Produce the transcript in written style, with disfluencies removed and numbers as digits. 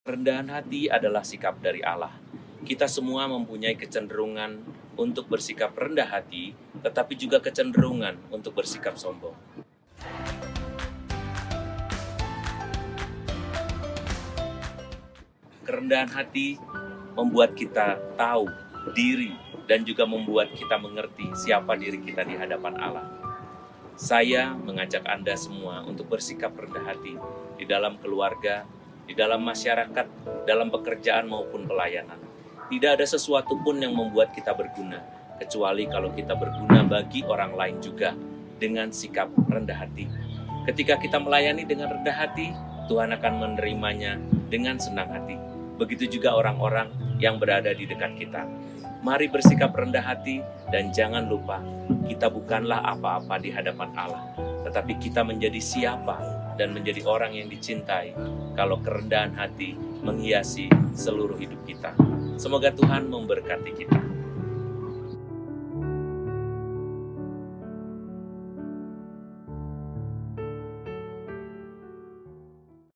Kerendahan hati adalah sikap dari Allah. Kita semua mempunyai kecenderungan untuk bersikap rendah hati, tetapi juga kecenderungan untuk bersikap sombong. Kerendahan hati membuat kita tahu diri dan juga membuat kita mengerti siapa diri kita di hadapan Allah. Saya mengajak Anda semua untuk bersikap rendah hati di dalam keluarga, di dalam masyarakat, dalam pekerjaan maupun pelayanan. Tidak ada sesuatu pun yang membuat kita berguna, kecuali kalau kita berguna bagi orang lain juga dengan sikap rendah hati. Ketika kita melayani dengan rendah hati, Tuhan akan menerimanya dengan senang hati. Begitu juga orang-orang yang berada di dekat kita. Mari bersikap rendah hati dan jangan lupa, kita bukanlah apa-apa di hadapan Allah, tetapi kita menjadi siapa dan menjadi orang yang dicintai kalau kerendahan hati menghiasi seluruh hidup kita. Semoga Tuhan memberkati kita.